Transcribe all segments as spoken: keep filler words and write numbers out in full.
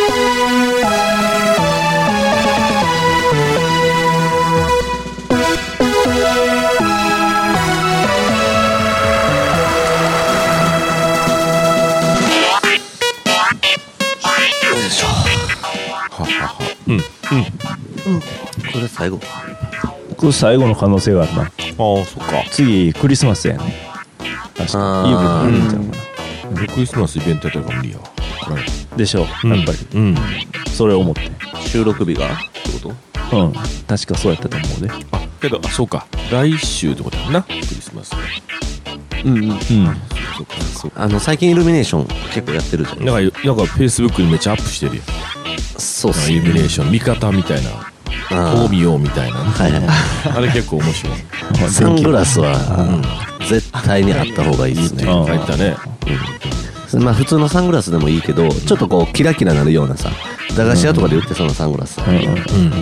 うんうん、これ最後これ最後の可能性があるな。ああそっか。 次クリスマスやね。確かイブがあるんちゃうかな。 クリスマスイベントやったから無理やわでしょう、やっぱり、うん、それを思って収録日がってこと？ うん、確かそうやったと思うで。 あけどあそうか来週ってことやなクリスマス。 うんうんうん。 そうかそうか。あの最近イルミネーション結構やってるじゃん。なんかなんかフェイスブックにめっちゃアップしてるやん。そうっすね。イルミネーション見方みたいな。こう見ようみたいな、はいはい、あれ結構面白い。サングラスは、うん、絶対にあった方がいいですね。入ったね、うん、まあ普通のサングラスでもいいけどちょっとこうキラキラなるようなさ駄菓子屋とかで売ってそうなサングラス、うんうん、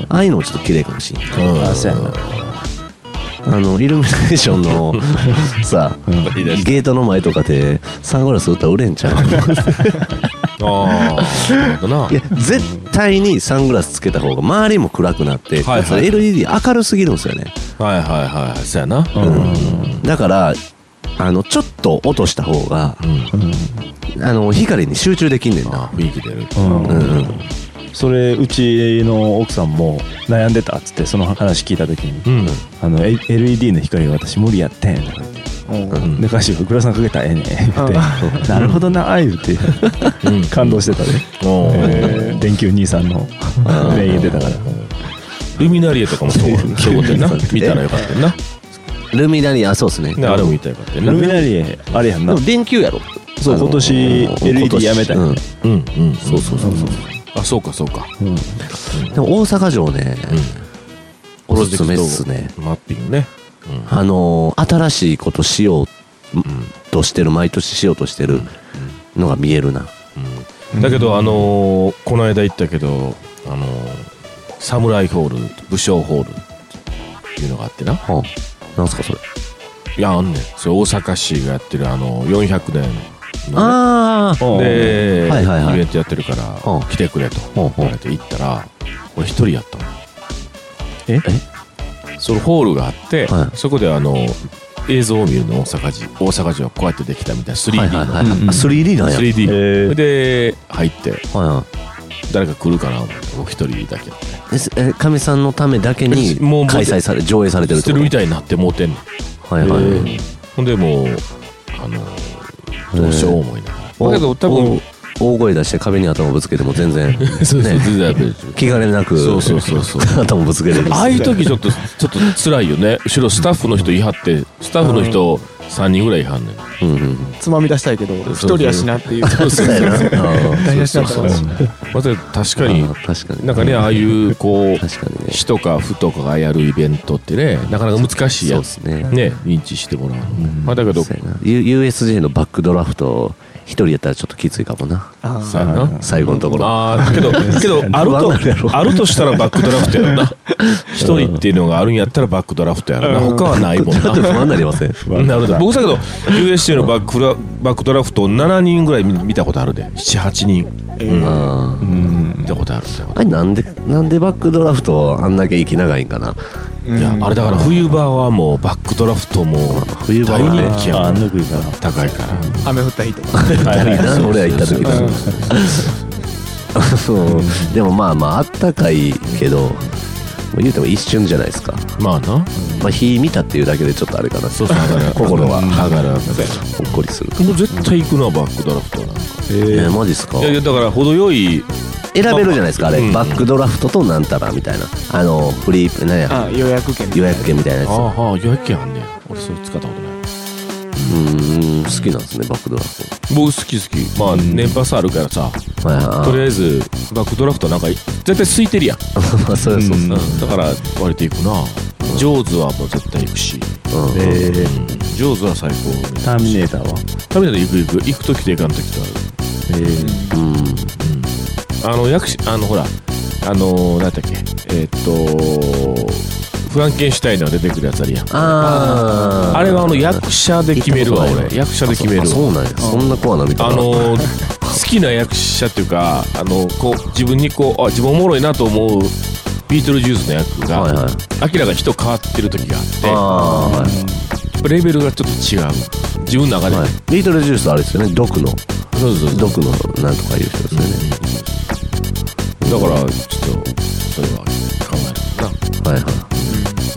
ああいうのもちょっと綺麗かもしれない、うん、あそうやな。あのイルミネーションのさ、うん、ゲートの前とかでサングラス売ったら売れんちゃうああ、いや絶対にサングラスつけた方が周りも暗くなって、はいはい、エルイーディー 明るすぎるんですよね。はいはいはい、そうやな、うん、だからあのちょっと落とした方が、うん、あの光に集中できんねんな。雰囲気出る、うんうんうん、 それうちの奥さんも悩んでたっつってその話聞いた時に、うん、あの エルイーディー の光が私無理やってんとか言って、うん、で歌詞がグラサンかけたらええねんってなるほどなあ言うて感動してたで、えー、電球兄さんの名言出たからルミナリエとかもそうそういうことやな見たらよかったよな。ルミナリエあそうですね。あれも見たらよかったよな。 ルミナリエあれやんな電球やろ。 そう今年 エルイーディー やめたよね。 うんうんそうそうそうそう。あそうかそうか、うん、でも大阪城ね、うん、おすすめっすね。マッピングね、うん、あのー、新しいことしようとしてる、毎年しようとしてるのが見えるな、うん、だけどあのー、この間言ったけどあのー、サムライホール武将ホールっていうのがあってな、はあ、なんすかそれ。いやあんねんそれ大阪市がやってるあのよんひゃくねんああで、はいはいはい、イベントやってるから来てくれと言われて行ったら俺一人やったの。ええそのホールがあって、はい、そこであの映像を見るの大阪市大阪市はこうやってできたみたいな スリーディー の、はいはいはい、あ スリーディー なんや スリーディー で入って、はいはい、誰か来るかなと思って僕一人だけえかみさんのためだけに開催され上映されてるってことみたいになってもうてんの。はいはい、ほんでもうあのどうしよう思いながらだけど多分大声出して壁に頭ぶつけても全然、ね、そうそう全然気兼ねなくそうそうそうそう頭ぶつけれる。ああいう時ちょっとちょっと辛いよね。後ろスタッフの人いはってスタッフの人さんにんぐらいいはんねん、うんうん、つまみ出したいけど一人やしなっていうそうそうそう台無しだったからまず確かに確かになんかねああいうこう死とか負とかがやるイベントってねなかなか難しいやつね認知してもらうの、うんまあ、だけど ユーエスジェー のバックドラフト一人やったらちょっときついかもな。ああ最後のところ。ああけどけどあるとあるとしたらバックドラフトやろな。一人っていうのがあるんやったらバックドラフトやろな。他はないもんな。ちょっと不安になりません。なるほど。僕だけど ユーエスジェー のバックラバックドラフトをななにんぐらい見たことあるで。なな、はちにん。えー、うん。見たことある。あれなんでなんでバックドラフトあんだけ息長いんかな。いやあれだから冬場はもうバックドラフトも冬場は人気やもん。高いから。雨降った日とか。俺は行った時だ、うん、でもまあまああったかいけど言うても一瞬じゃないですか。まあな、まあ火見たっていうだけでちょっとあれかな。そうそう心は上がるほっこりする。もう絶対行くなバックドラフトはなんか。えー、マジっすか。いやいやだから程よい選べるじゃないですかあれ、うん、バックドラフトとなんたらみたいなあのフリー何やあ予約券予約券みたいなやつ。ああ予約券あんねん。俺それ使ったことない。うーん好きなんですねバックドラフト。僕好き好き。まあ年パスあるからさ、はい、とりあえずバックドラフトなんか絶対空いてるやんそうそうそう、うん、だから割と行くな。ジョーズはもう絶対行くし、うんえー、ジョーズは最高。 ターミネーターはターミネーター行く行く行く時と行かん時とある。えー、うん、うん、あの役あのほらあの何だっけえー、っとフランケンシュタインが出てくるやつあるやん。ああれはあの役者で決めるわ俺。役者で決めるわ。そうなんや。そんなコアなみたいな。あの好きな役者っていうか、あのこう自分にこうあ自分おもろいなと思うビートルジュースの役が、はいはい、明らかに人変わってる時があって、あ、はい、レベルがちょっと違う自分の中で、はい、 ビートルジュースあれですよね、毒のそうそうそう毒のなんとかいう人ですよね、 うん、だからちょっとそれは考えるな。はいはい、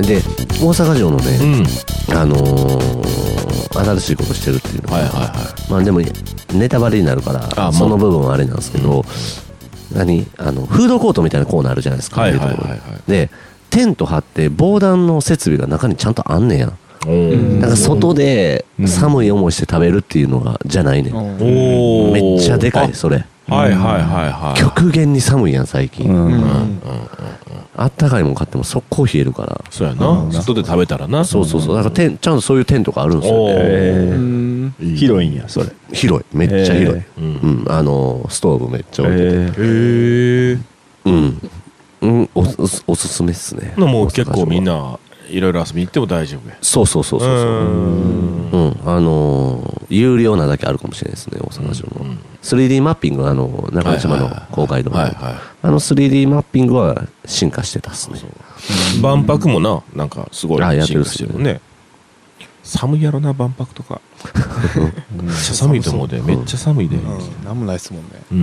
で大阪城のね、うん、あのー、新しいことしてるっていうのは、はいはいはい、まあでもネタバレになるからその部分はあれなんですけど、うん、何あのフードコートみたいなコーナーあるじゃないですか、はいはいはいはい、でテント張って防弾の設備が中にちゃんとあんねやん。だから外で寒い思いして食べるっていうのがじゃないねん。めっちゃでかいそれ。 はいはいはいはい。 極限に寒いやん最近。うんうんうん、あったかいもん買っても速攻冷えるから。 そうやな。外で食べたらな。 そうそうそう。だからテンちゃんとそういうテントがあるんですよね。 広いんやそれ。 広いめっちゃ広い。うん、あのストーブめっちゃ置いてて。へえ。うんうんおおすすめっすね。 もう結構みんないろいろ遊びに行っても大丈夫や。 そうそうそうそうそう。うん、あのー、有料なだけあるかもしれないですね、大阪城の、うん、スリーディー マッピング、あの中之島の公会堂の、はいはいはい、あの スリーディー マッピングは進化してたっすね。 万博もな、なんかすごい進化してるね。寒いやろな、万博とか。めっちゃ寒いと思うで、めっちゃ寒いで。 なんもないっすもんね。うん、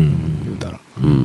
言うたら。 うんうん、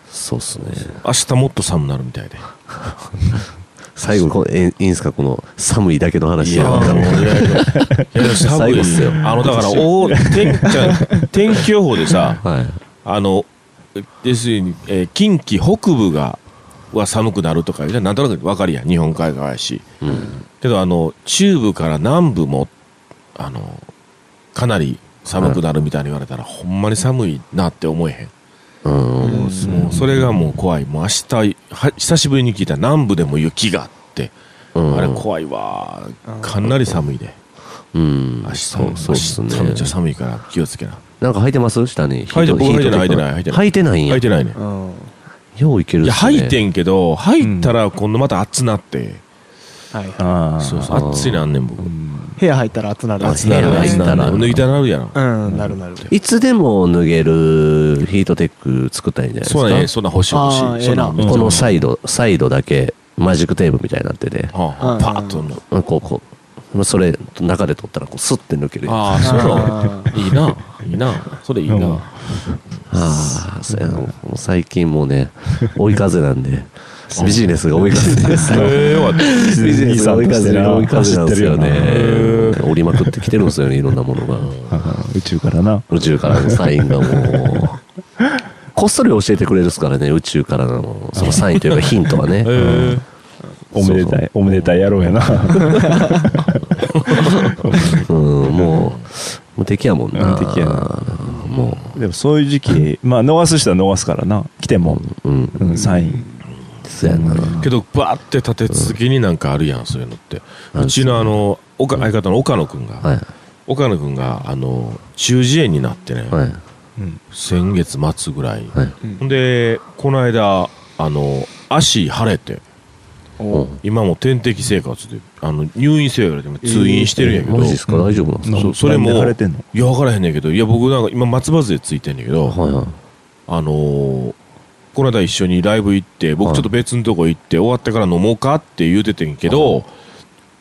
そうっすね。 明日もっと寒くなるみたいで。 最後このいいんすか、この寒いだけの話。いやもういや寒いですよ。あのだからお天天気予報でさ、はい、あの要するに、えー、近畿北部がは寒くなるとかなんとなく分かるやん、日本海側やし、うん、けどあの中部から南部もあのかなり寒くなるみたいに言われたら、はい、ほんまに寒いなって思えへん。うん、もうそれがもう怖い。もう明日は久しぶりに聞いた南部でも雪があって、うん、あれ怖いわ。かなり寒いで、うん、明日そうそうですね。めっちゃ寒いから気をつけな。 なんか履いてます？下に履いて僕履いてない履いてない履いてない履いてないんや。 履いてないね。 よういけるっすね。 いや履いてんけど履いたら今度また暑なって、はい、あそうそう暑いなんねん僕。 部屋入ったら暑なる。 暑なる暑なる。脱いだらなるやん。 うん、なるなる。 いつでも脱げるヒートテック作ったらいいんじゃないですか。 そうね、そんな欲しい欲しい。そんなこのサイドサイドだけマジックテープみたいになってて、パーッとこうこうそれ中で取ったらこうスッて抜ける。 ああ、そういいな、いいな、それいいな。 ああ、最近もうね追い風なんで。ビジネスが追い風です。ビジネスが追い風で追い風なんですよね。折りまくってきてるんですよね、いろんなものが。 宇宙からな。 宇宙からのサインがもうこっそり教えてくれるですからね、宇宙からのそのサインというかヒントはね。 おめでたいおめでたい野郎やな。 うん、もうもう敵やもんな。 敵やな。もうでもそういう時期、まあ逃す人は逃すからな。来てもサイン。 そうやな。 けどバーって立て続けになんかあるやん、そういうのって。うちのあの相方の岡野くんが、はい、岡野くんがあの中耳炎になってね、はい、先月末ぐらい、はい、でこの間あの足腫れて、今も点滴生活であの入院せよ言われて通院してるんやけど、 マジですか、大丈夫なんですか。 そ, それもいや分からへんねんけど、いや僕なんか今松葉杖ついてんねんけど、はいはい、あのーこの間一緒にライブ行って僕ちょっと別のとこ行って終わってから飲もうかって言うててんけど、はい、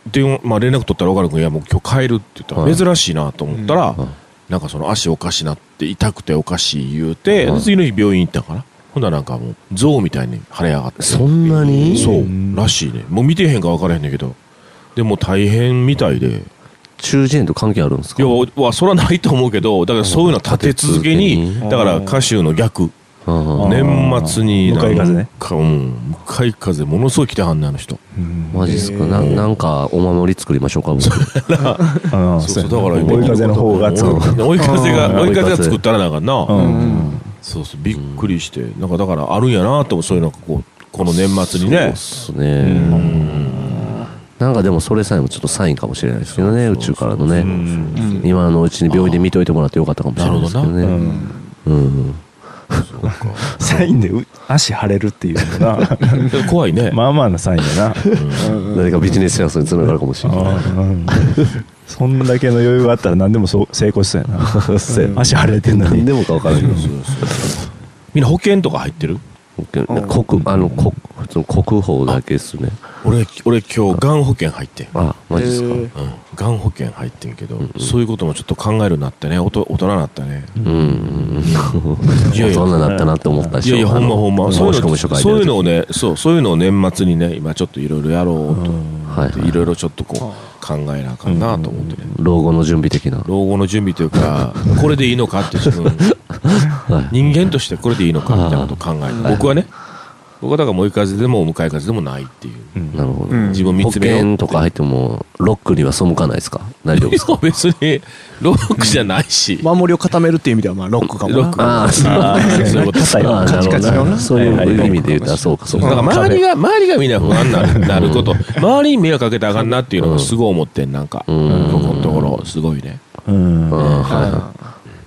で、まあ、連絡取ったら岡野君いやもう今日帰るって言ったら、はい、珍しいなと思ったら、はい、なんかその足おかしなって痛くておかしい言うて、はい、次の日病院行ったんかな。ほんならなんかもう象みたいに腫れ上がって、 そんなにそうらしいね。もう見てへんか分からへんねんけど、でも大変みたいで。 中耳炎と関係あるんですか。いやそれはないと思うけど、だからそういうのは立て続けに、だから歌手の逆年末に向かい風ね、 向かい風ものすごい来てはんねんあの人。 マジっすか。な、なんかお守り作りましょうか僕。 そうそう、だから追い風の方が作る、 追い風が追い風が作ったらなんかな、そうそうびっくりして、なんかだからあるんやなと、そういうのこうこの年末にね。そうっすね。 なんかでもそれさえもちょっとサインかもしれないですけどね、宇宙からのね。今のうちに病院で見といてもらってよかったかもしれないですけどね。うん。 サインで足腫れるっていうのが怖いね。 まあまあなサインだな。 何かビジネスチャンスにつながるかもしれない。 そんだけの余裕があったら何でもそう成功しそうやな足腫れてんのに何でもか分からんけどみんな保険とか入ってる？ 国あの国普通の国保だけですね。 俺俺今日がん保険入ってん。 あマジですか。 うんがん保険入ってんけど、うんうん、そういうこともちょっと考えるようになってね、大人になったね。うん。 いやいや大人になったなって思ったし。 いやいやほんまほんま。そういうのそういうのをね、そうそういうのを年末にね、今ちょっといろいろやろうと、いろいろちょっとこう考えなあかんなと思ってね。 老後の準備的な。 老後の準備というか、これでいいのかって自分、はい、人間としてこれでいいのかみたいなことを考えて、僕はね。僕はだから追い風でも向かい風でもないっていう、 うん、なるほど、 自分見つめよう。 保険とか入ってもロックには背かないですか？大丈夫ですか？ 別にロックじゃないし、 うん、守りを固めるっていう意味ではまあロックかもな。 ロックああそういうこと硬いよカチカチよな。 そういう意味で言ったらそうかそうか。 だから周りが周りがみんな不安になる、なること周りに迷惑かけたらあかんなっていうのがすごい思ってん。なんかここのところすごいね。 うんはい。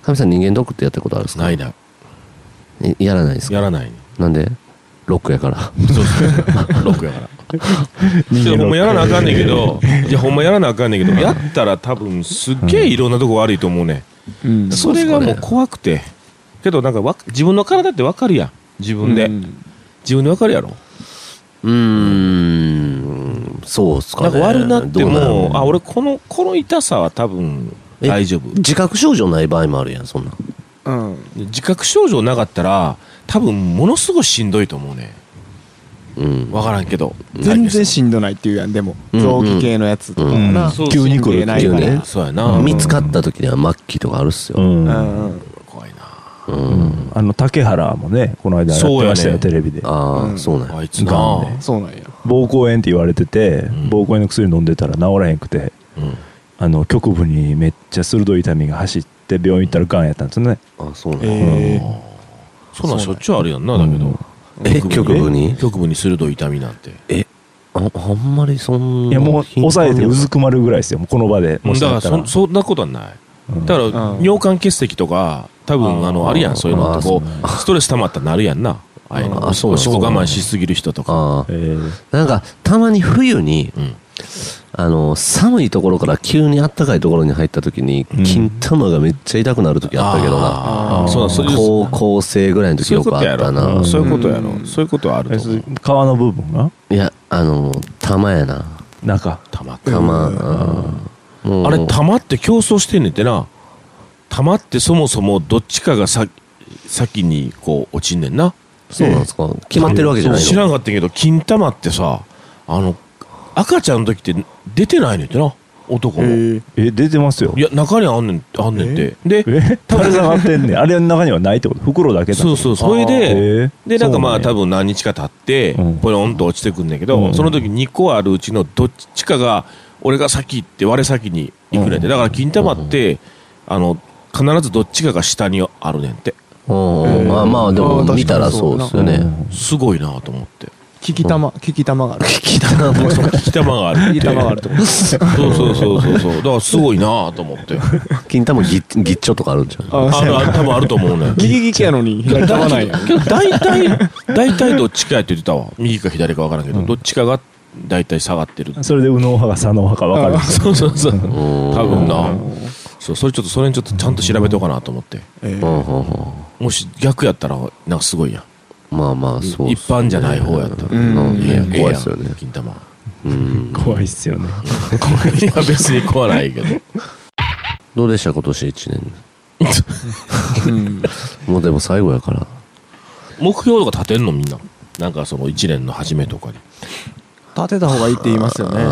神さん人間ドックってやったことあるんですか？ ないな。 やらないですか？ やらない。 なんで？ロックやから。 そうそうロックやからいやほんまやらなあかんねんけどいやほんまやらなあかんねんけどやったら多分すっげえいろんなとこ悪いと思うね、うん、それがもう怖くてけどなんかわ自分の体って分かるやん自分で、うん、自分で分かるやろ。 うーんそうっすかね。 なんか悪なってもあ俺このこの痛さは多分大丈夫。 自覚症状ない場合もあるやんそんな、 うん、自覚症状なかったら多分ものすごいしんどいと思うね。うん、分からんけど全然しんどないっていうやん。でも臓器系のやつとかな、うんうん、 急に来るないからね。 そうやな、 見つかった時には末期とかあるっすよ、うんうん、 怖いな、 うんうん、あの竹原もねこの間やってましたよ、ね、テレビで。 ああそうなんや。 あいつなそうなんや。 膀胱炎って言われてて、うん、膀胱炎の薬飲んでたら治らへんくて、うん、あの局部にめっちゃ鋭い痛みが走って病院行ったらがんやったんですね。 あそうなんや、 えーそんなんしょっちゅうあるやんな。だけど、うん、 え局部に局部に鋭い痛みなんてえ あ, あんまりそんないやもう抑えてうずくまるぐらいですよもうこの場で。 もうだから そ, そんなことはない、うん、だから、うん、尿管結石とか多分 あ, あのあるやんそういうのってこうストレス溜まったらなるやんな。ああいうのおしっこ我慢しすぎる人とか。 あ、えー、なんかたまに冬に、うんあの寒いところから急に暖かいところに入った時に、うん、金玉がめっちゃ痛くなる時あったけどな。そうそう高校生ぐらいの時よくあったな。 そういうことやろ。そういうことはあると思う。 皮の部分がいやあの玉やな。 中玉玉、 うん、あれ玉って競争してんねんってな。玉ってそもそもどっちかがさ先にこう落ちんねんな。 そうなんですか。決まってるわけじゃないの。 知らんかったけど金玉ってさあの赤ちゃんの時って出てないねんってな男も。 え出てますよ。 いや中にあんねんあんねんってで垂れ下がってんねんあれの中にはないってこと袋だけだ。 そうそうそれででなんかまあ多分何日か経ってポロンと落ちてくんねんけど、うん、その時にこあるうちのどっちかが俺が先って我先に行くねんて。だから金玉ってあの必ずどっちかが下にあるねんて。 まあまあでも見たらそうですよね。 すごいなと思って。 利き玉、利き玉がある。 利き玉もそう、利き玉がある。 利き玉があると思う。そうそうそうそうそう。だからすごいなと思って。 金玉ぎぎっちょとかあるんじゃん。 ああ、多分あると思うね。 右利きやのに左玉ないやん。 けど大体大体どっちかやって言ってたわ。右か左か分からんけど、どっちかが大体下がってる。 それで右脳派が左脳派か分かる。 そうそうそう。多分な。そうそれちょっとそれにちょっとちゃんと調べておかなと思って。もし逆やったらなんかすごいやん。 まあまあそう、 一般じゃない方やったら、うん、 いや怖いっすよね金玉。 うん怖いっすよね。 いや別に怖ないけど。 どうでした今年一年、うん、もうでも最後やから目標とか立てんのみんななんかその一年の初めとかに立てた方がいいって言いますよね。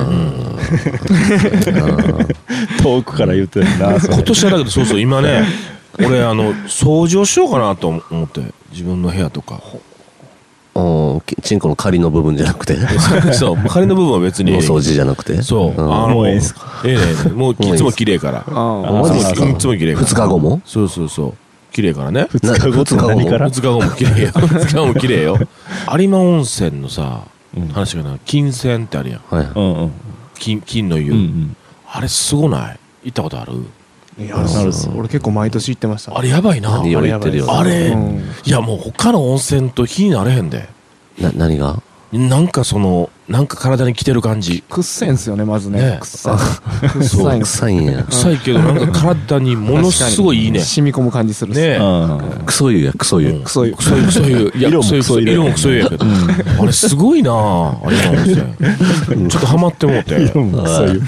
遠くから言ってるな。 今年はだけどそうそう今ね俺あの掃除をしようかなと思って自分の部屋とか。 おチンコの仮の部分じゃなくてそう仮の部分は別にお掃除じゃなくてそう、うん、あのもうええですか。ええねもういつも綺麗からいつも綺麗からふつかごもそうそうそう綺麗からね。 ふつかごって何からふつかごも綺麗よふつかごも綺麗よ。有馬温泉のさ話がな金泉ってあるやん、はいうんうん、金, 金の湯、うんうん、あれすごない？行ったことある？ いやあるっす。俺結構毎年行ってました。 あれやばいな。 何より言ってるよあれ、うん、いやもう他の温泉と比になれへんで。 な何が？ なんかそのなんか体にきてる感じ。 くっさいんですよねまずね。くっさい。くっそうさい。 臭いんや。 臭いけどなんか体にものすごいいいね。 染み込む感じするっすね。 クソ湯やクソ湯。 クソ湯。 クソ湯クソ湯。いや色もクソ湯。 色もクソ湯やけど。あれすごいなあ。あれなんですね。ちょっとハマってもうて。 色もクソ湯。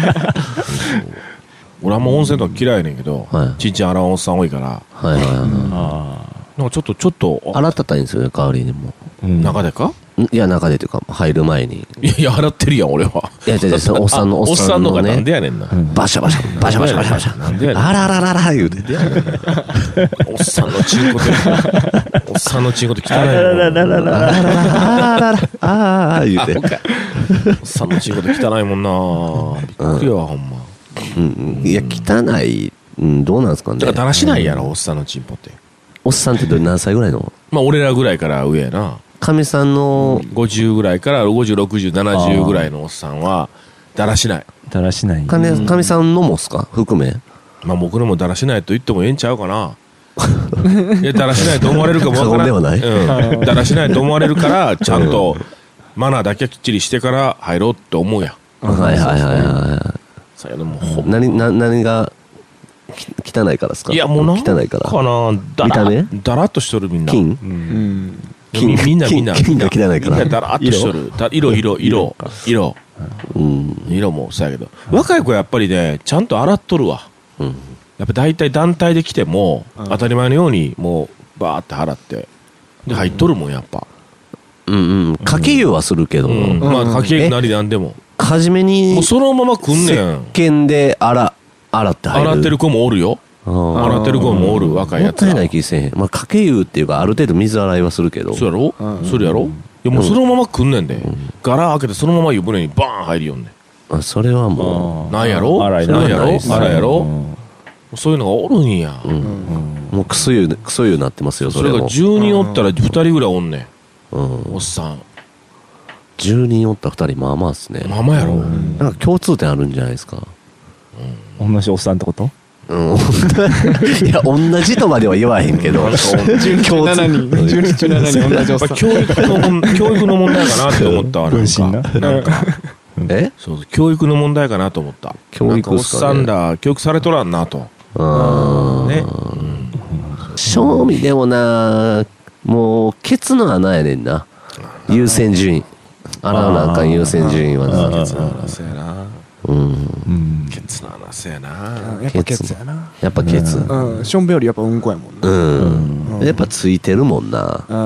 俺あんま温泉とか嫌いやねんけど、ちんちん洗うおっさん多いから。 はいはいはい。なんかちょっとちょっと洗ったったらいいんですよね代わりにも。 中でか？ いや中でというか入る前に。 いやいや洗ってるやん俺は。 いやいやいやおっさんのおっさんのがなんでやねんな。 バシャバシャバシャバシャバシャバシャ。 なんでやねん。 あらららら言うて。 おっさんのチンコで。おっさんのチンコで汚いもん。 あらららららららららああ言うて。 おっさんのチンコで汚いもんな。びっくりやわほんま。 うんいや汚いどうなんですかね。 だからだらしないやろおっさんのチンポって。 おっさんって何歳ぐらいの？ まあ俺らぐらいから上やな。 かみさんのごじゅうぐらいからごじゅう、ろくじゅう、ななじゅうぐらいのおっさんはだらしない。 だらしない。 かみかみさんのもっすか含め？ まあ僕のもだらしないと言ってもええんちゃうかな。いやだらしないと思われるかもわからん。 過言ではないうん。だらしないと思われるからちゃんとマナーだけきっちりしてから入ろうって思うやん。 はいはいはいはい。 さやでもほん何な何がき汚いからですか？ いやもうなんか汚いから。 かなだら見た目だらっとしとるみんな。 金？ うんみみんなみんな金が汚いから。 みんなだらっとしとる。だ色色色色うん色もそうやけど若い子やっぱりねちゃんと洗っとるわ。 うん。 やっぱ大体団体で来ても当たり前のようにもうバーって払ってで入っとるもんやっぱ。 うんうん。かけ湯はするけど、 うんまあかけ湯なりなんでも初めにもうそのまま来んねん。 石鹸で洗洗って入る。 洗ってる子もおるよ。洗ってる子もおる若いやつは。 もったいない気せえへん。まあかけ湯っていうかある程度水洗いはするけど。 そうやろそれやろいやもうそのまま来んねんでガラ開けてそのまま湯船にバーン入るよんねん。 あそれはもなんやろ洗いなんやろないですね洗いやろそういうのがおるんや。 う、うん、もうクソ湯クソ湯になってますよそれも。 それがじゅうにんおったらふたりぐらいおんねん。 うんおっさんじゅうにんおったふたりまあまあっすね。 まあまあやろ。 なんか共通点あるんじゃないですか。 同じおっさんってこと？ うん、いや同じとまでは言わへんけどじゅうにちゅうななにんじゅうにちゅうななにん同じおっさん。 教育の教育の問題かなって思ったわ。なんかなんかえそうそう教育の問題かなと思った。 教育っすかね。 なんかおっさんだ教育されとらんなと。 うんね。 正味でもなもうケツの穴やねんな優先順位。洗わなあかん優先順位はな。 ケツの穴せやな。 うんケツの穴せやな。 やっぱケツやな。 やっぱケツ。 うん。ションベよりやっぱうんこやもんな。 うん。やっぱついてるもんな。 うん。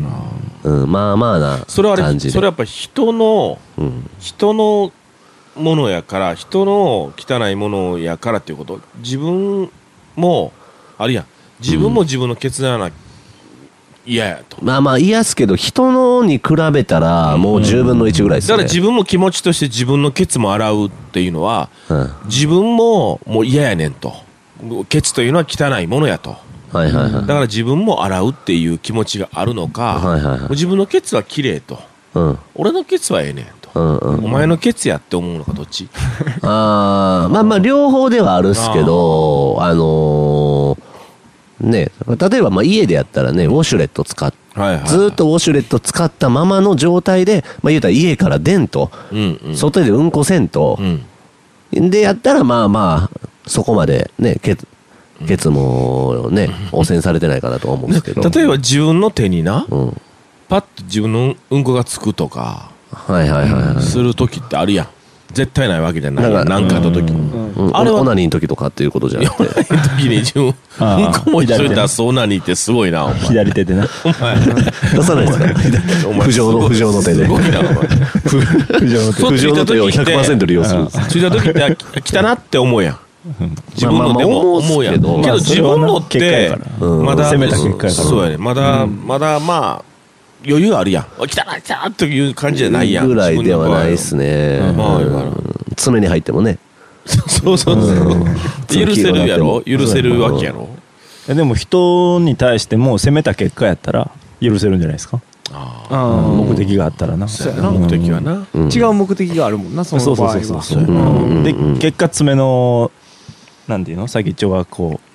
うん、まあまあなそれはあれ感じで。 それやっぱ人のうん人のものやから人の汚いものやからっていうこと。自分もあるやん。自分も自分のケツの穴嫌やと。 まあまあ嫌っすけど人のに比べたらもうじゅうぶんのいちぐらいですね。 だから自分も気持ちとして自分のケツも洗うっていうのは、 うん自分ももう嫌やねんと。ケツというのは汚いものやと。 はいはいはい。 だから自分も洗うっていう気持ちがあるのか、 はいはいはいもう自分のケツは綺麗と。 うん俺のケツはええねんと。 うんうん。 お前のケツやって思うのかどっち？ ああまあまあ両方ではあるっすけどあのーね例えばまあ家でやったらねウォシュレット使っはいはい。 ずーっとウォシュレット使ったままの状態でまあ言うたら家から出んとうんうん。 外でうんこせんとうん。 でやったらまあまあそこまでねケツケツもね汚染されてないかなとは思うんですけど例えば自分の手にな、 うんパッと自分のうんこがつくとかはいはいはいはいする時ってあるやん。絶対ないわけじゃないやん。 なんかなんかあった時に。 うんあれはオナニーの時とかっていうことじゃなくて時に自分、うんあーこも一緒に出すオナニーってすごいな、お前。 左手でな。 お前。 出さないですかお前不浄の不浄の手ですごいな、お前。 不浄の手。 そう不浄の手をひゃくパーセント利用するんですついた時って来たなって思うやん。自分のでもまあまあ思思うやん。けうっすけどど自分のってうんまだ攻めた結果やからそうやね。まだまだまあ余裕あるやん。来たな来たなっていう感じじゃないやん。 ぐらいではないっすねまあうん爪に入ってもねそうそうそう。許せるやろ許せるわけやろでも人に対しても攻めた結果やったら許せるんじゃないですか。 ああ目的があったらな。 そうやな、目的はな。 うん違う目的があるもんな、そそうそうの場合は。 そうそう。 うんで結果爪のなんていうの先っちょがこう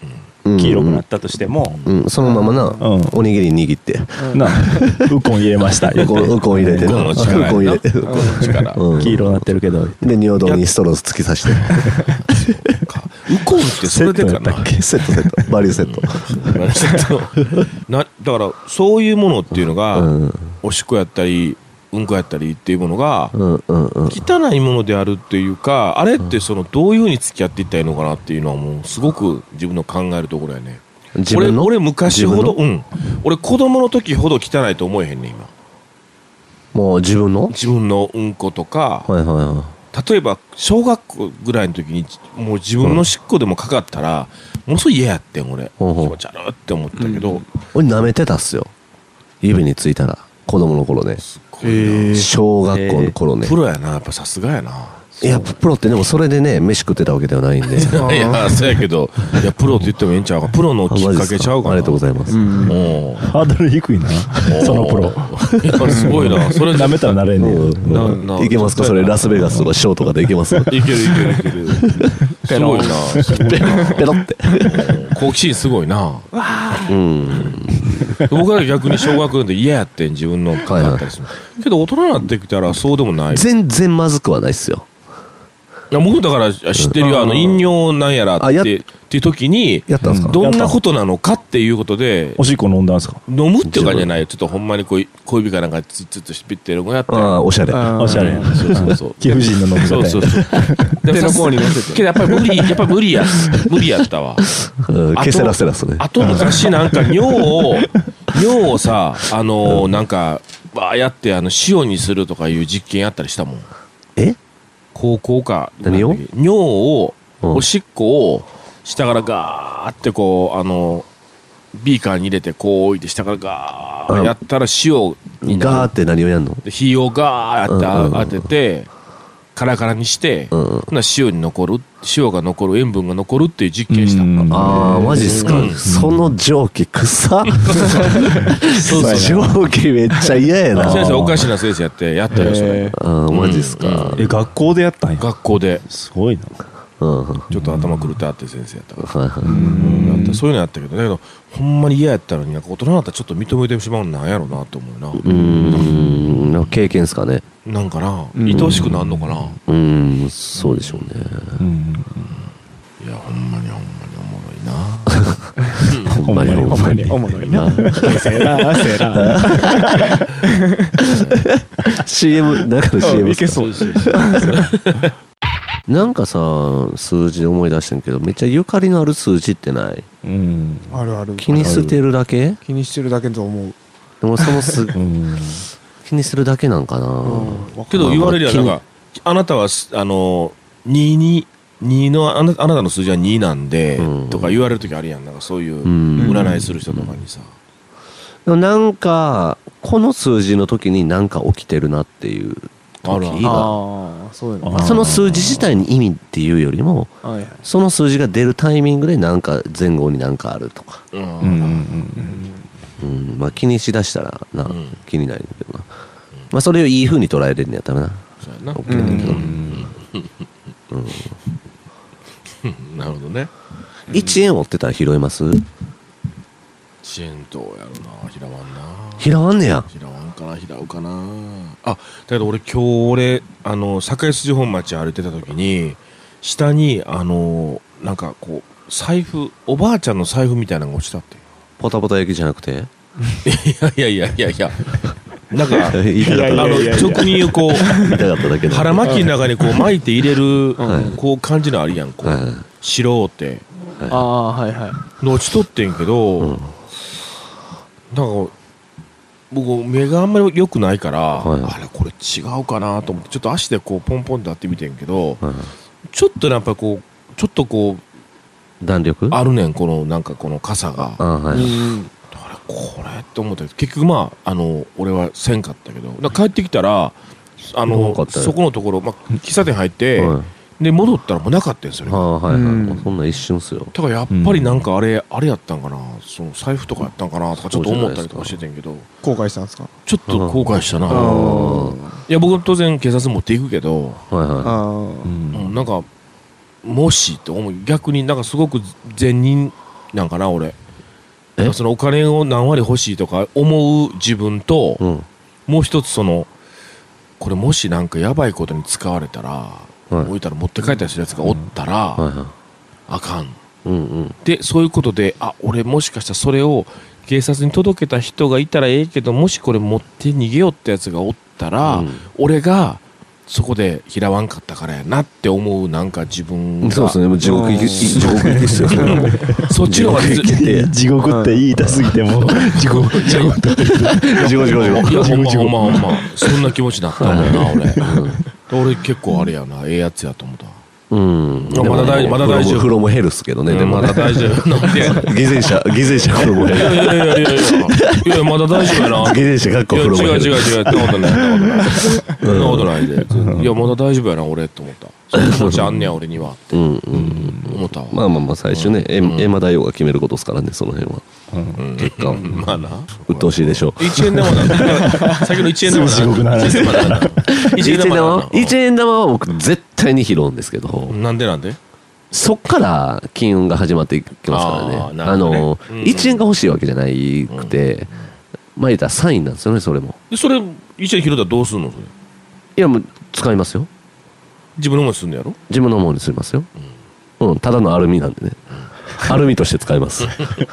黄色くなったとしても、 うんうん、そのままな、うん、おにぎり握ってなウコン入れましたウコンウコン入れてなウコン入れてウコンの力、 うん、黄色になってるけどで尿道にストロー突き刺してウコンってそれでかなセットセットバリューセットバリューセットなだからそういうものっていうのが、うん、おしっこやったりうんこやったりっていうものが、うんうんうん、汚いものであるっていうか、あれってそのどういうふうに付き合っていったらいいのかなっていうのはもうすごく自分の考えるところやね。俺, 俺昔ほど、うん、俺子供の時ほど汚いと思えへんね今。 もう自分の自分のうんことか、はいはいはい、例えば小学校ぐらいの時にもう自分のしっこでもかかったら、うん、ものすごい嫌やってん俺、うん、気持ち悪いって思ったけど、うん、 俺舐めてたっすよ指についたら子供の頃ね。小学校の頃ね。 プロやなやっぱさすがやな。 いやプロってでもそれでね飯食ってたわけではないんでいやそうやけどいやプロって言ってもええんちゃうか。プロのきっかけちゃうかな。 ありがとうございます。 うんハードル低いなそのプロ。 いやすごいな。それ舐めたらなれんねんな。いけますかそれ。ラスベガスとかショーとかでいけます。いけるいけるいけるすごいな。 ペロって好奇心すごいな。うん僕は逆に小学校で嫌やってん自分の考えたりするけど大人になってきたらそうでもない。 全然まずくはないっすよ。 いや僕だから知ってるよ、うん、あの飲料なんやらってっていう時にやったんすか。 どんなことなのかっていうことでおしっこ飲んだんすか。 飲むっていう感じじゃないよ。ちょっとほんまにこう小指かなんかツッツッとしぴってるのをやったらあおしゃれおしゃれそうそうそう貴婦人の飲み方そうそうそう手の甲に乗せてけどやっぱり無理やっぱ無理や無理やったわケセラセラスね。 あと昔なんか尿を尿をさあのー、なんかバーやってあの塩にするとかいう実験やったりしたもん。 え高校か何を尿をおしっこを下からガーってこうあのビーカーに入れてこう置いて下からガーやったら塩になる。 ガーって何をやんの。 火をガーやって当ててカラカラにして、うんうん、塩に残る塩が残る塩分が残るっていう実験した。 ああマジっすか、うん、その蒸気臭っそうそう蒸気めっちゃ嫌やな。 先生おかしな先生やってやったよそれ。 あマジっすか、 うん、え学校でやったんや。 学校ですごいな。 うん、ちょっと頭狂ってあって先生やったから、うん、やったそういうのやったけどだけどほんまに嫌やったのになんか大人になったらちょっと認めてしまうんなんやろうなと思うな。うーん経験っすかね。 なんかな愛おしくなんのかな。 うんそうでしょうね。うんいやほんまにほんまにおもろいなほんまにほんまにおもろいなセラーセラーシーエム だから シーエム いけそうなんかさ数字思い出してんけどめっちゃゆかりのある数字ってない。 うんあるある。 気にしてるだけ気にしてるだけと思う。 でもそのす、うん、気にするだけなんかな、 うん、けど言われるやんなんかあなたはあのにににのあなあなたの数字はになんで、うん、とか言われる時あるやん。なんかそういう占いする人とかにさ、 うん、なんかこの数字の時に何か起きてるなっていう時があそういうのその数字自体に意味っていうよりも、はいはい、その数字が出るタイミングで何か前後に何かあるとか、うんうんうん、まあ気にしだしたらな、うん、気になるけどな、まあそれをいい風に捉えれるんやったらなそうやな OK だけど、うんうん、なるほどね。 いちえん追ってたら拾えます？いちえんどうやろな。拾わんな。 拾わんねや。 拾わんかな。拾うかな。あだけど俺今日俺あの堺筋本町歩いてた時に下にあのなんかこう財布おばあちゃんの財布みたいなのが落ちたって。 ポタポタ焼きじゃなくていやいやいやいやいやなんかあの直に言うこう腹巻きの中にこう巻いて入れるこう感じのあるやんこう白ってああはいはいの落ちとってんけどなんか僕目があんまり良くないからあれこれ違うかなと思ってちょっと足でこうポンポンってやってみてんけどちょっとやっぱこうちょっとこう弾力あるねんこのなんかこの傘がこれって思ったけど結局まああの俺はせんかったけどだ帰ってきたらあのそこのところ、まあ、喫茶店入って、はい、で戻ったらもうなかったんですよね。 あ、はいはい、そんな一瞬っすよ。 だからやっぱりなんかあれ、うん、あれやったんかなその財布とかやったんかなとかちょっと思ったりとかしててんけど後悔したんですか？ ちょっと後悔したな。いや僕当然警察持っていくけど、はいはいうん、なんかもしって思う逆になんかすごく善人なんかな俺。そのお金を何割欲しいとか思う自分と、うん、もう一つそのこれもしなんかやばいことに使われたら、はい、置いたら持って帰ったりするやつがおったら、うんはいはい、あかん、うんうん、でそういうことであ俺もしかしたらそれを警察に届けた人がいたらええけどもしこれ持って逃げようってやつがおったら、うん、俺がそこで拾わんかったからやなって思うなんか自分がそうですねもう地獄行き地獄行きですよそっちの方が地獄って言いたすぎても地獄地獄地獄地獄地獄いやほんまほんまほんまそんな気持ちになったもんな俺、うん、俺結構あれやなええやつやと思ったうん、 まだ大まだ大丈夫フロムヘルスけどね、うん、 でもまだ大丈夫なんで偽善者偽善者フロムヘルスいやいやいやいやいやいやまだ大丈夫やな偽善者かっこフロムヘルス違う違う違うってことないそんなことないでいやまだ大丈夫やな俺って思ったその気持ちあんねや俺にはって思ったわまあまあまあ最初ね閻魔大王が決めることですからねその辺は結果まあな鬱陶しいでしょういちえん玉なんだ先のいちえん玉なんだいちえん玉いちえん玉は僕絶対に拾うんですけどなんでなんでそっから金運が始まっていきますからねあのいちえんが欲しいわけじゃなくてまあ言ったらサインなんですよねそれもでそれいちえん拾ったらどうするのそれいやもう使いますよ自分のものにするんやろ自分のものにしますようん、うん、ただのアルミなんでねアルミとして使います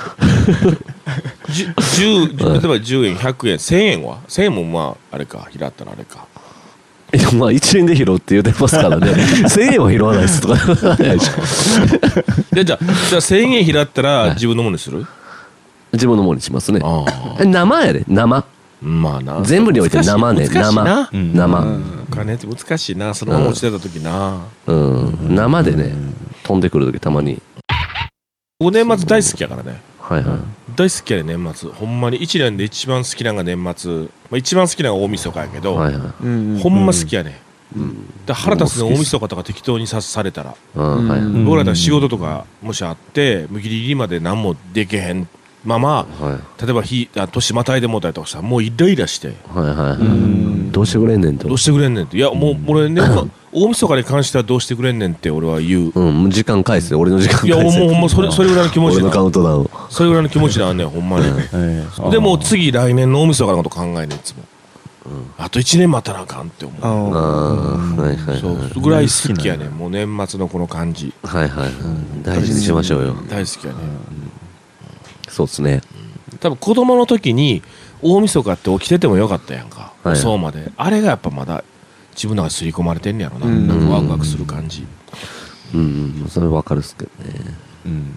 じゅう例えばじゅうえんひゃくえんせんえんはせんえんもまああれか拾ったらあれかいやまあいちえんで拾うって言うてますからねせんえんは拾わないですとかでじゃあじゃあせんえん拾ったら自分のものにする自分のものにしますね生やで生まあな全部において生ね生生お金って難しいなそのまま落ちてた時なうん生でね飛んでくる時たまに僕年末大好きやからねはいはい大好きやね年末ほんまにいちねんで一番好きなのが年末、まあ、一番好きなのが大晦日やけど、はいはい、ほんま好きやね、うん、だ腹立つの大晦日とか適当にさされたら、うんはい、僕らだったら仕事とかもしあってギリギリまで何もできへんまま、はい、例えば日年またいでもうたりとかしたらもうイライラして、はいはいはい、うんどうしてくれんねんとどうしてくれんねんっていやもう俺ね大晦日に関してはどうしてくれんねんって俺は言ううん時間返せ俺の時間返せいやもうほんまそれそれぐらいの気持ち俺のカウントダウンそれぐらいの気持ちなんねんほんまにでも次来年の大晦日のこと考えねんいつも、うん、あといちねん待たなあかんって思うああはいはいそうぐらい好きやねんもう年末のこの感じはいはい、はい、大事にしましょうよ大好きやねん、うん、 そうですね多分子供の時に大晦日って起きててもよかったやんか、はい、そうまであれがやっぱまだ自分の中に刷り込まれてんねやろな、うん、なんかワクワクする感じうん、うん、それ分かるっすけどねうん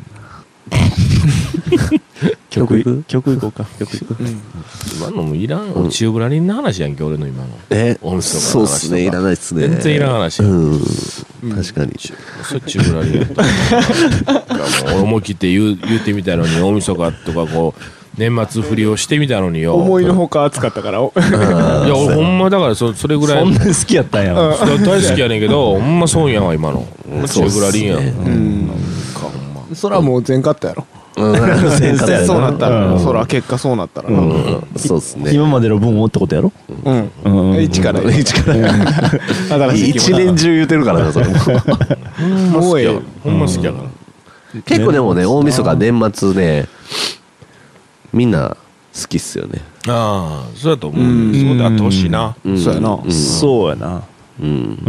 曲いく曲いこうか曲いく、 うん、今のもいらん、うん、チューブラリンの話やんけ俺の今のえそうっすねいらないっすね全然いらん話やん、 うん、確かにそれチューブラリンやったら思い切って言う言うてみたのに大晦日とかこう年末振りをしてみたのによ思いのほか暑かったからいや俺ほんまだから そ, それぐらいそんなに好きやったんやろ大好きやねんけどほんまそうやんわ今のチューブラリンやん、ね、うんなんかほんまそらもう全カットやろ先生そうなったら、うん、そら結果そうなったらな、うん、 そうっすね今までの分をってことやろうんうん一から一から一年中言うてるからなそれももうええほんま好きやから、 うん、結構でもね大晦日年末ねみんな好きっすよねああそうやと思う、うん、そうであってほしいな、 うん、そうやな、 うん、そうやなうん、うん、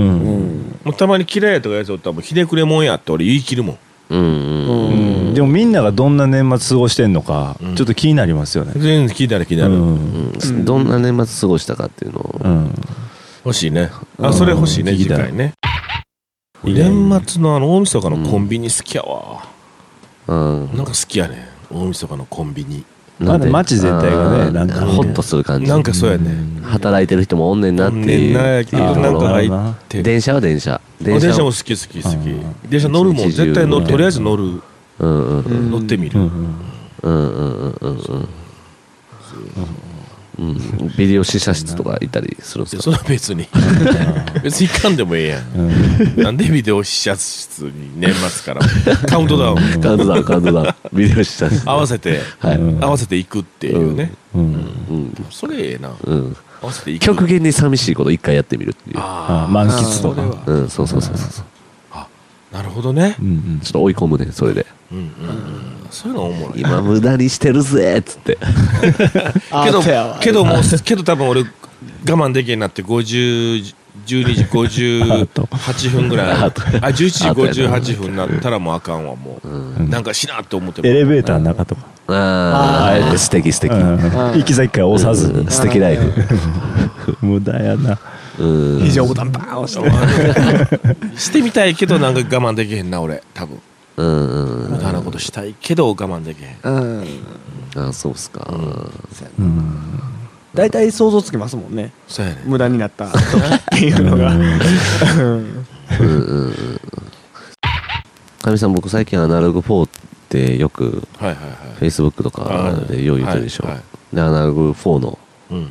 もうたまに嫌いやとかやつおったらもうひねくれもんやって俺言い切るもんうんうんうん、でもみんながどんな年末過ごしてんのか、うん、ちょっと気になりますよね全然聞いたら気になる、うんうん、どんな年末過ごしたかっていうのを、うん、 欲しいねあそれ欲しいね、うん、次回ね年末のあの大晦日のコンビニ好きやわ、うん、なんか好きやね大晦日のコンビニまだ街全体がねなんかホッとする感じなんかそうやね働いてる人もおんねんなっていうなんか入って電車は電車電車も好き好き好き電車乗るもん絶対乗るとりあえず乗る乗ってみるうんうんうんうんうんうん、ビデオ試写室とかいたりするんですか。 それは別に別に行かんでもええやん、うん、なんでビデオ試写室に年末からカウントダウンカウントダウンカウントダウンビデオ試写室合わせて、はい、合わせていくっていうね、うんうんうん、それええな、うん、合わせていく極限に寂しいこと一回やってみるっていうああ満喫とかうんそうそうそうそうあなるほどね、うんうん、 ちょっと追い込むねそれで、うんうんうん、 そういうのおもろい。 今無駄にしてるぜっつってけどけどもうけど多分俺我慢できへんなってごじゅうじゅうにじごじゅうはっぷんぐらいあじゅういちじごじゅうはっぷんになったらもうあかんわもう、うん、なんかしなって思ってもエレベーターの中とか、 うん、あああえて素敵素敵、うん、 行き先から押さず、 うん、素敵ライフ無駄やな。 非常ボタンバーン押してしてみたいけどなんか我慢できへんな俺多分。 うんうん、 無駄なことしたいけど我慢できへん。うん、 あそうっすか。 うん、大体想像つきますもんね。 そうやね。 無駄になった時っていうのが。 かみさん僕最近アナログフォーってよくはいはいはい。 フェイスブックとかでよう言ってるでしょ。 はいはい、 でアナログフォーの、 うん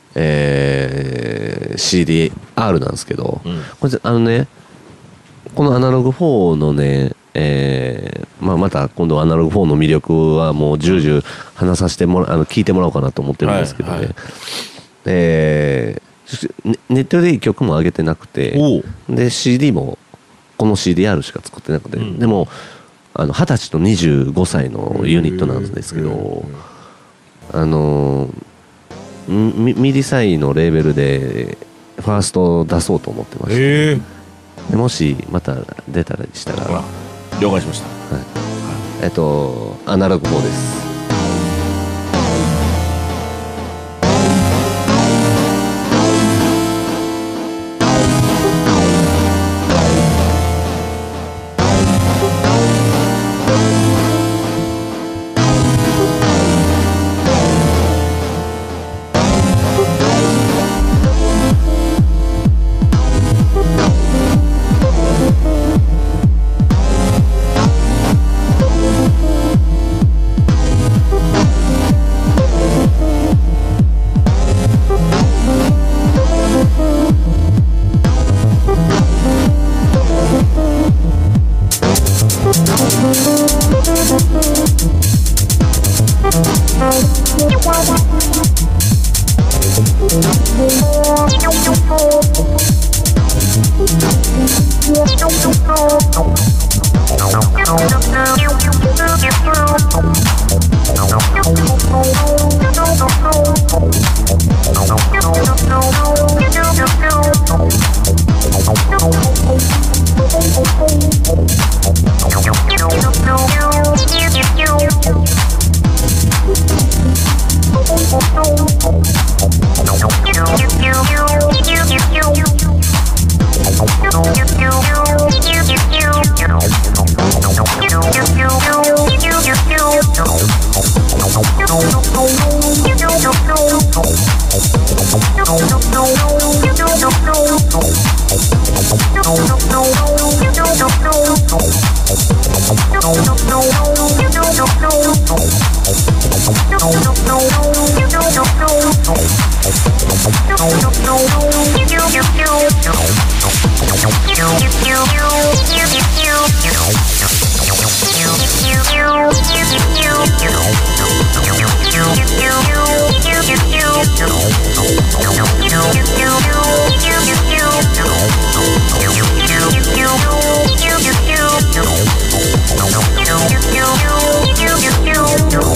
えー、シーディーアール なんですけど、 うん、 これあのねこのアナログフォーのねえーまあ、また今度アナログフォーの魅力はもう重々話させてもらあの聞いてもらおうかなと思ってるんですけどね、はいはい、えー、ネットでいい曲も上げてなくてで シーディー もこの シーディーアール しか作ってなくて、うん、でもあのはたちとにじゅうごさいのユニットなんですけどあのミ, ミディサイのレーベルでファーストを出そうと思ってまして、でもしまた出たりしたら了解しました。 はい。えっとアナログフォーです。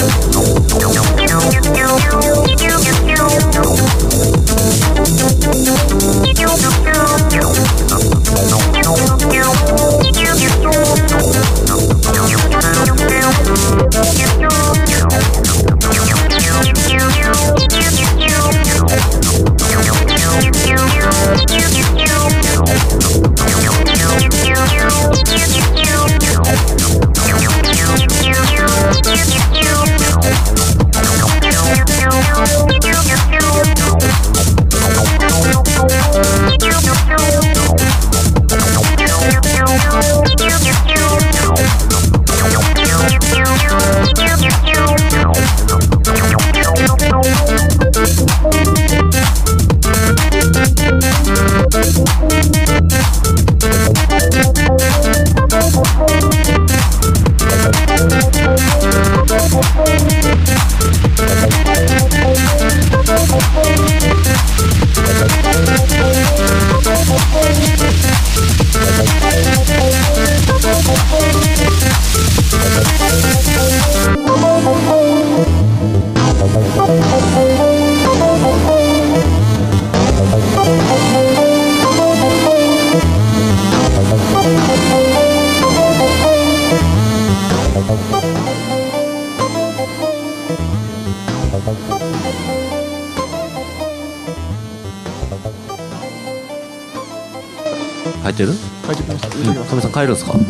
Thank you. 入ってる？ 書いてきました。 うん、かめさん帰るんですか？え、マジ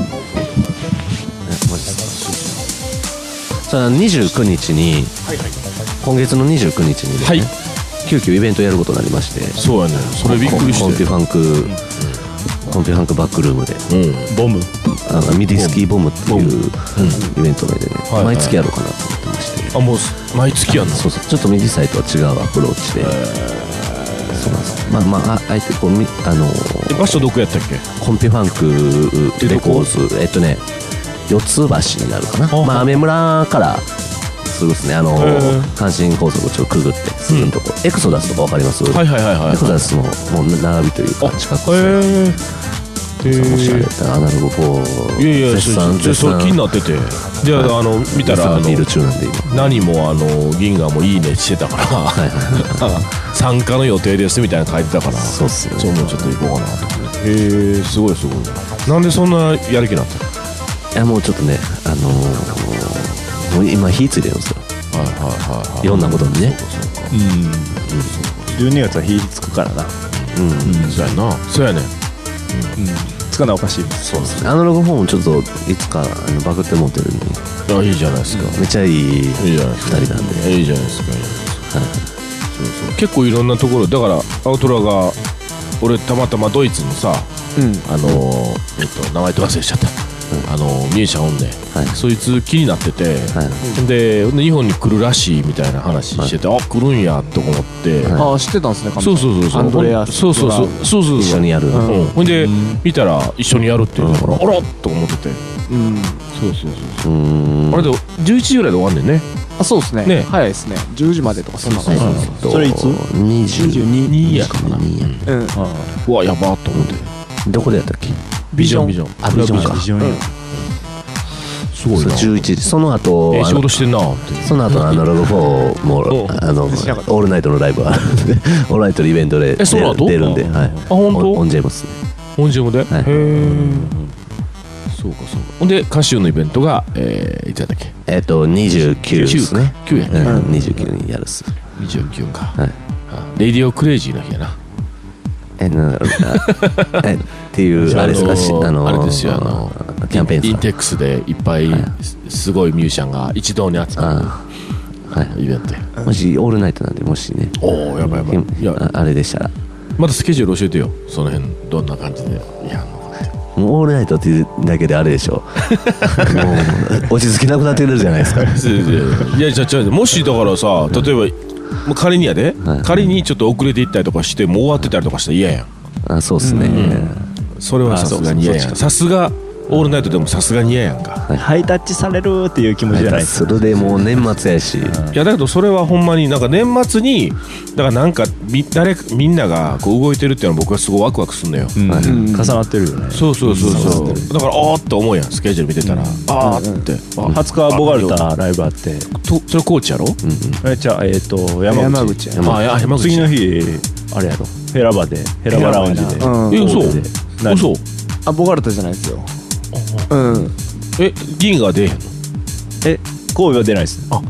ですか？さあにじゅうくにちに、はいはい、今月のにじゅうくにちにね、はい、急遽イベントやることになりまして、 そうやね、それびっくりして、 コンピファンク、うん、コンピファンクバックルームで、 うん、ボムあのミディスキーボムっていう、うん、イベント名でね、はいはい、毎月やろうかなと思ってまして、 あ、もう毎月やんの？ そうそう、ちょっとミディサイとは違うアプローチで、そうなんです。まあまあ、あえてこう、あのー、 場所どこやったっけ？ コンピファンクレコーズ、えっとね、四つ橋になるかな。まあ、アメ村からすぐですね、あのー、阪神高速をちょっとくぐってすぐのとこ、うん、エクソダスとかわかります？はいはいはいはい、はい、エクソダスのもう並びというか近くですね。もしあれやったらアナログフォー、 いやいや、絶賛絶賛それ気になってて、じゃあ、はい、あの見たらあのビール中なんで今何もあの銀河もいいねしてたからはいはい参加の予定ですみたいなの書いてたから、 そうっすね、 そうもうちょっと行こうかなと思って。へえ、すごいすごい。なんでそんなやる気になったの？ いや、もうちょっとね、あのー、もう今火ついてるんですよ。はいはいはい、はい、いろんなことにね。 うん、うん、じゅうにがつは火つくからな。 うん、うん、そうやな、そうやね。 うん、うん、つかなおかしい。 そうですね。アナログフォンちょっといつかあのバグって持ってるんで。 いや、いいじゃないですか。 めっちゃいいふたりなんで。 いいじゃないですか。はい。そうそう。結構いろんなところだからアウトラが俺たまたまドイツのさ、うん、あのえっと名前と忘れちゃった。あのミュージシャンおんで、はい、そいつ気になってて、はい、で日本に来るらしいみたいな話してて、はい、あ、来るんやと思って、はい、 あ、知ってたんですね。 そうそうそうそう、アンドレアス、そうそうそうそうそう、 一緒にやる、 うん、ほんで見たら一緒にやるっていうから、うん、あらっと思ってて、うん、そうそうそうそう、うん、あれでじゅういちじぐらいで終わんねんね。 あ、そうですね、ね、早いですね。じゅうじまでとかそんなの。 それいつ？ にじゅうにやかな。うん、うわ、やばーと思って。 どこでやったっけ？ ビジョン、ビジョン、 あ、ビジョンか。ビジョン、うん、すごいな。じゅういちじ、その後、 えー、仕事してんなって。 その後アナログフォーもあのオールナイトのライブあるんで、オールナイトのイベントで出るんで、はい。あ、 本当？ オンジェムスね。 オンジェムで？はい。へえ。そうかそうか。ほんで歌手のイベントが、えー、いつやったっけ？ えっとにじゅうきゅうですね。 きゅうやね。 うん、にじゅうきゅうにやるっす。 にじゅうきゅうか。はい。レディオクレイジーの日やな。 え、なんだろうな。えっていうあれですか、あのあれですよ、あのキャンペーンインテックスでいっぱいすごいミュージシャンが一堂に集まるイベントや。 もしオールナイトなんで、もしね。 おお、やばいやばい。 いや、あれでしたら。 またスケジュール教えてよ。その辺どんな感じでやるのかって。 もうオールナイトっていうだけであれでしょ。もう落ち着きなくなってくるじゃないですか。 いや、じゃじゃもしだからさ、例えば。もう仮にやで、はい、仮にちょっと遅れていったりとかしてもう終わってたりとかしたら嫌やん。 あ、そうっすね、うん、 それはさすがに嫌やん。さすがオールナイトでもさすがに嫌やんか、 はい、ハイタッチされるっていう気持ちじゃないですか。 それでもう年末やし、いやだけどそれはほんまになんか年末にだからなんかみ誰みんながこう動いてるっていうのは僕はすごいワクワクするのよ、 うんはい、重なってるよね。 そうそうそうそう、だからあーって思うやん、スケジュール見てたら、うん、あーって、 うん、はつかボガルタライブあってとそれ高知やろ、うんうん、えじゃあえっ、ー、と山口山口や、あ山口次の日あれやろヘラバでヘラバラウンジで、 うん、え嘘嘘あボガルタじゃないですよ。うん、 え銀河出えへんの？ え神戸は出ないですね。あ、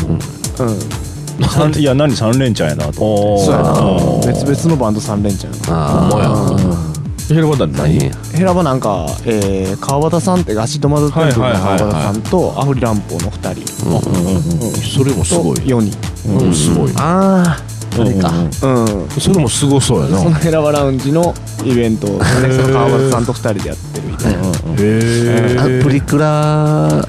うん、うん、いや何三連チャンやなと思って。 そうやな、別々のバンド三連チャンやな。 ああ、ほんまや。ヘラバだって何？ ヘラバなんか、えー、川端さんってアシッドマザーテンプルの川端さんとアフリランポーの二人、 それもすごいよにん、 うん、すごい。 あああれか、 うん、それもすごそうやな。 そのヘラバラウンジのイベントを川端さんとふたりでやってるみたいな。 へえ。プリクラ、うん、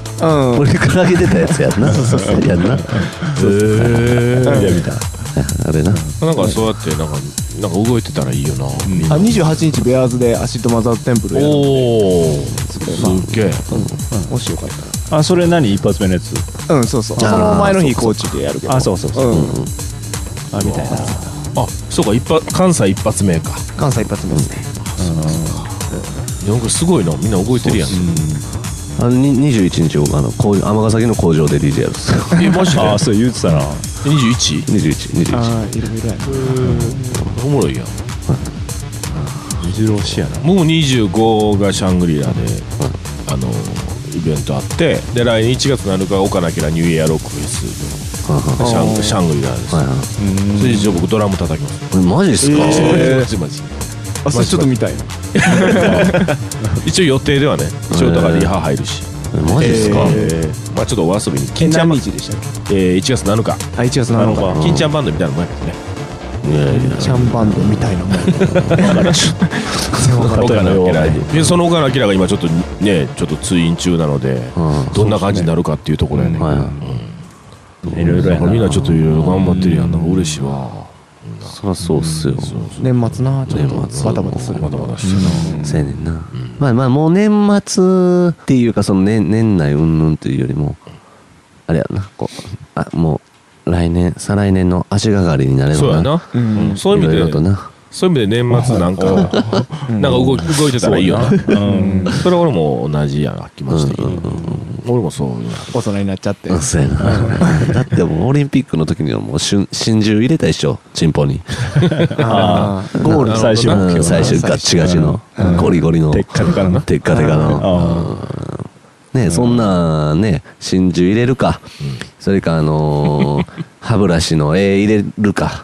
プリクラ上げてたやつやんな。そうそうやんな。へえ。 見た。あれな。 なんかそうやってなんかなんか動いてたらいいよな。 あ、にじゅうはちにちベアーズでアシッドマザーテンプルやるんで。 おお。すげえ。 もしよかったら。 あ、それ何一発目のやつ？ うん、そうそう。その前の日高知でやるけど。 あ、そうそうそう。あ、みたいな。 あ、そうか、一発関西一発目か。 関西一発目ですね。 なんかすごいな、みんな動いてるやん。 あのにじゅういちにち僕あの尼崎の工場で ディージェー やるっす。 え、マジで？ あ、そう言ってたな。 にじゅういち？ にじゅういち、にじゅういち。 ああ、いろいろやな。 おもろいやん。 目白押しやな。 もうにじゅうごがシャングリラであのイベントあって、で来年いちがつなのか岡なきらニューイヤーロックフェス。シャン、シャングリラです。はいはい、それで僕ドラム叩きます。 マジですか？ マジマジ。 あ、それちょっと見たいな。 一応予定ではね、一応だからリハ入るし。 マジですか。 まあちょっとお遊びに。 金ちゃん何日でしたっけ。 えー、いちがつなのか。 あ、いちがつなのか。 金ちゃんバンドみたいなもんやけどね。 金ちゃんバンドみたいなもん。 岡野明で、その岡野明が今ちょっとね、ちょっと通院中なので、どんな感じになるかっていうところやね。いろいろやな。みんなちょっといろいろ頑張ってるやん。なんか嬉しいわ。 そりゃそうっすよ。 年末な、ちょっとバタバタする。 バタバタしてな。そうやねんな。まあまあもう年末っていうかその年年内云々というよりもあれやな、こうあもう来年再来年の足がかりになればな。 そうやな。そういう意味で。いろいろとな。そういう意味で年末なんかなんか動いてたらいいよな。それは俺も同じやな気まして俺もそう大人になっちゃってそうやな。だってもうオリンピックの時にはもう真珠入れたでしょ、チンポに。 ああゴール最終目標、 最終ガッチガチのゴリゴリのテッカテカのテッカテカのね、そんなね真珠入れるか、それかあの歯ブラシの絵入れるか。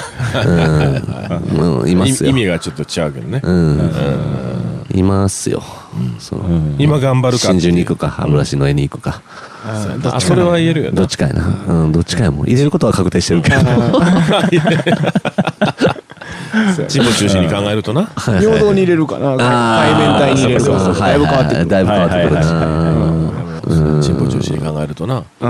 うん、いますよ。 意味がちょっと違うけどね。 うん、いますよ。 今頑張るか。 真珠に行くか、歯ブラシの絵に行くか。 あ、それは言えるよね。 どっちかやな。うん、どっちかやもん。入れることは確定してるけど。 チンポ中心に考えるとな。 尿道に入れるかな。海面体に入れるか。だいぶ変わってくる。 だいぶ変わってくるな。 チンポ中心に考えるとな。 うん、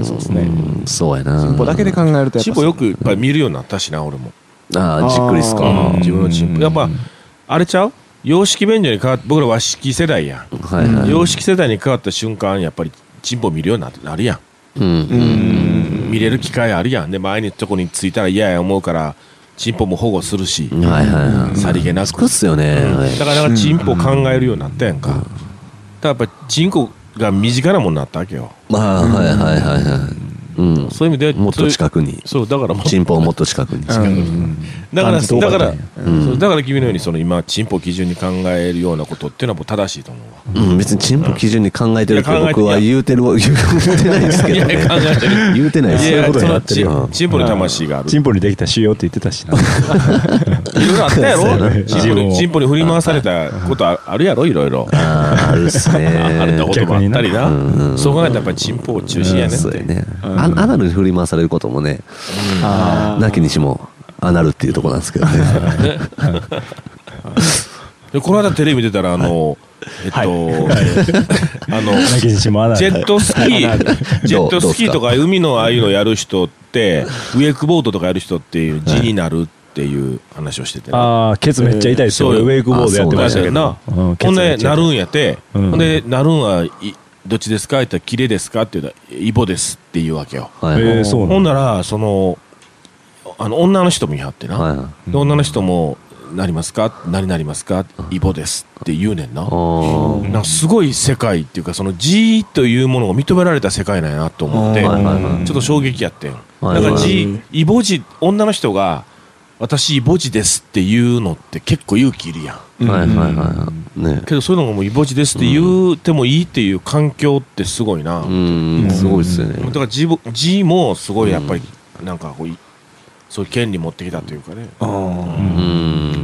そうですね。 そうやな。 チンポだけで考えるとやっぱ。 チンポよくいっぱい見るようになったしな、俺も。 ああ、じっくりっすか。 自分のチンポ。やっぱ、あれちゃう？洋式便所に変わって、僕ら和式世代やん。洋式世代に変わった瞬間、やっぱりチンポ見るようになるやん。見れる機会あるやん。で、前にとこに着いたら嫌や思うから、チンポも保護するし、さりげなく。 そうっすよね。 だから、なんかチンポ考えるようになったやんか。だからやっぱチンコが身近なもんになったわけよ。 まあ、はいはいはいはい。うん、 そういう意味でもっと近くに。 そうだからチンポをもっと近くに。 だからだからだから君のようにその今チンポを基準に考えるようなことっていうのはもう正しいと思うわ。うん、別にチンポ基準に考えてるって僕は言うてる言うてないですけどね。言うてないです。 そういうことになってるよ。チンポに魂がある。 チンポにできたしようって言ってたしな。 いろいろあったやろ。チンポに振り回されたことあるやろ、いろいろ。 あるっすね。 あったこともあったりな。そう考えたらやっぱりチンポを中心やねって。 アナルに振り回されることもね、なきにしもアナルっていうところなんですけどね。 でこの間テレビ出たらあのえっとあのジェットスキージェットスキーとか海のああいうのやる人ってウェイクボードとかやる人っていう字になるっていう話をしてて、 ああケツめっちゃ痛いですよ。ウェイクボードやってましたけど、 ほんでなるんやってほんでなるんはどっちですかって言ったらキレですかって言ったらイボですって言うわけよ。ほんならそのあの女の人も言い張ってな、で女の人もなりますか何なりますかイボですって言うねんな。なんかすごい世界っていうかその G というものが認められた世界なんやなと思ってちょっと衝撃やってん。なんか G イボ字女の人が私イボ字ですって言うのって結構勇気いるやん。はいはいはいね。けどそういうのがもうイボ字ですって言ってもいいっていう環境ってすごいな。 うんすごいですよね。 だから G G もすごいやっぱりなんかこうそういう権利持ってきたというかね。ああ。うん。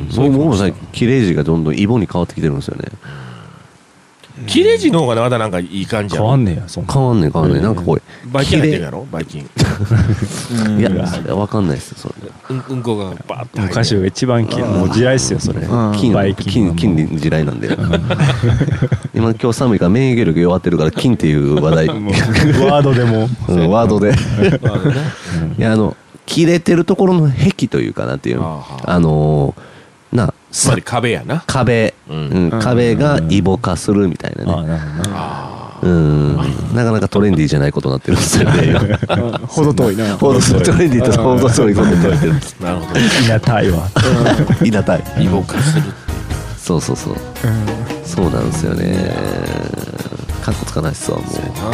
そう僕もさ切れ字がどんどんイボに変わってきてるんですよね。 切れ字の方がまだなんかいい感じや。 変わんねやそんな。 変わんね変わんねなんかこう。 バイキン入ってるやろバイキン。 いやわかんないですよそれ。 うんこがバーって。 歌手が一番もう地雷っすよそれ。 金金金で地雷なんで。今今日寒いから免疫力弱ってるから金っていう話題。ワードでも。 ワードで。いやあの。切れてるところの壁というかなっていうあのなつまり壁やな壁壁がイボ化するみたいなねうんなかなかトレンディーじゃないことになってるんですよね。 ほど遠いな。 ほどトレンディーとほど遠いことになってる。 なるほど。 いなたいわ。 いなたいイボ化する。 そうそうそうそうなんですよね。かっこつかないっすわもう。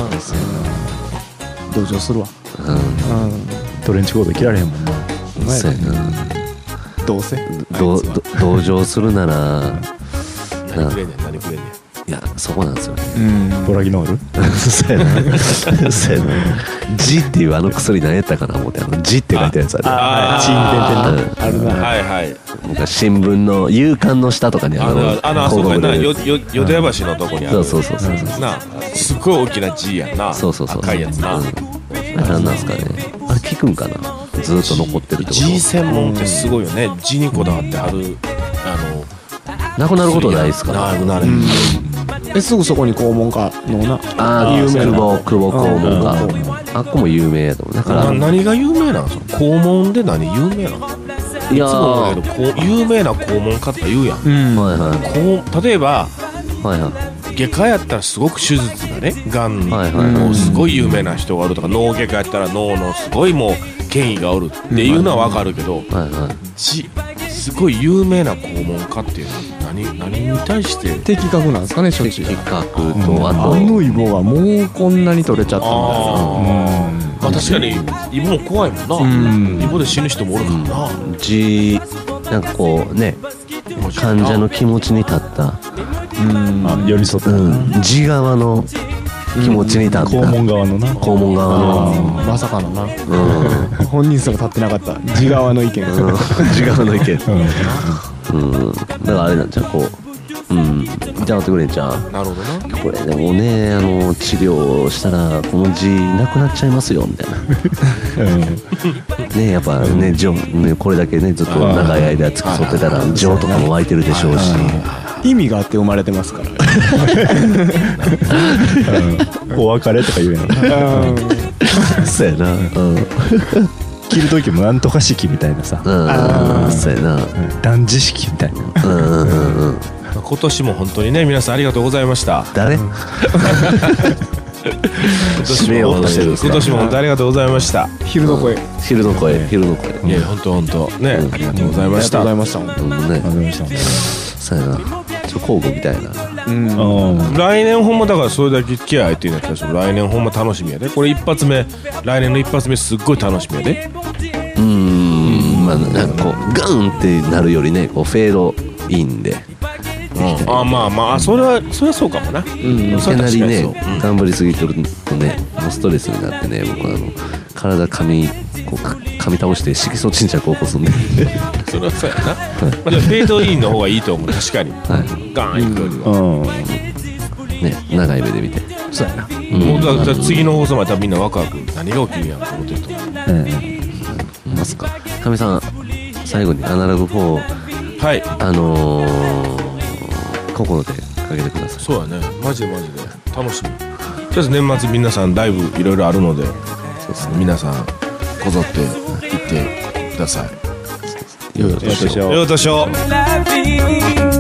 同情するわ。 トレンチコード着られへんもんな。 そうやな。 どうせ同情するなら何くれんねん何くれんねん。 いやそこなんですよね。 ボラギノールそうやなそうやな G っていうあの薬何やったかな思って、あの G って書いてあるやつある。 ああ、チーン点々なあるな。 はいはい。 昔新聞の夕刊の下とかにあのあのあそこになよよ淀屋橋のとこにある。 そうそうそうそうなすごい大きな G やんな。 そうそうそう赤いやつな。 あれなんなんすかね。あれ効くんかな。ずっと残ってるってこと。 G 専門ってすごいよね。G にこだわってあるあのなくなることないですか。 なくなる。 えすぐそこに肛門科のなあ有名な久保肛門科、あっこも有名やと思う。だから何が有名なんですか。肛門で何有名なの。いやー有名な肛門科とか言うやん、うんはいはい、例えば、はいはい、外科やったらすごく手術がねがんのすごい有名な人がおるとか、脳外科やったら脳のすごいもう権威がおるっていうのは分かるけど、はいはい、じすごい有名な肛門科っていうのは何、何に対して的確なんですかね。処置的確とあとあのイボがもうこんなに取れちゃったんだよ。 まあ確かにイボも怖いもんな、うん、イボで死ぬ人もおるからな、 うん、じなんかこうね患者の気持ちに立った、 うん、あ寄り添った、うん、 じ側の気持ちに立った、 肛門側のな肛門側のまさかのな、うん、本人すら立ってなかったじ側の意見、 うん、じ側の意見、うんうん、だからあれなんじゃこううん、じゃあってくれんちゃう。 なるほどな。 これでもねあの治療したらこの字なくなっちゃいますよみたいな、うん、ねやっぱね、うん、ねこれだけねずっと長い間付き添ってたら情とかも湧いてるでしょうし、 意味があって生まれてますからうん、お別れとか言うやんそうやな、うん切る時もなんとか式みたいなさ、 うん、そうやな、 断食式みたいな、うんうんうん、今年も本当にね皆さんありがとうございました。 誰今年も今年も本当ありがとうございました。 昼の声、 昼の声、昼の声。 いや本当本当ね、ありがとうございました。 ありがとうございました。本当ね、ありがとうございました。そうやな、ちょっと交互みたいな。 うん、来年ほんまだからそれだけ気合入ってるんやったら来年ほんま楽しみやで。これ一発目、来年の一発目すっごい楽しみやで。 うーん、まあなんかこうガンってなるよりね、こうフェードインで。 うん、あまあまあそれはそれはそうかもな。うん、 いきなりね、うん、頑張りすぎてるとね、もうストレスになってね、僕はあの体噛みこう噛み倒して色素沈着を起こすんで。 それはそうやな。まあでもフェードインの方がいいと思う。確かに。はい、ガンいくよりは。うん。 ね、長い目で見て。 そうやな。うん、もうだから次の放送まで多分みんなワクワク何が起きるやんと思ってると思う。うん。 ますか。かみさん最後にアナログフォー、はい、あのー、心でかけてください。 そうやね。マジでマジで楽しみ。とりあえず年末皆さんライブいろいろあるので、そうですね、皆さんこぞって行ってください。 よいしょ。 よいしょ。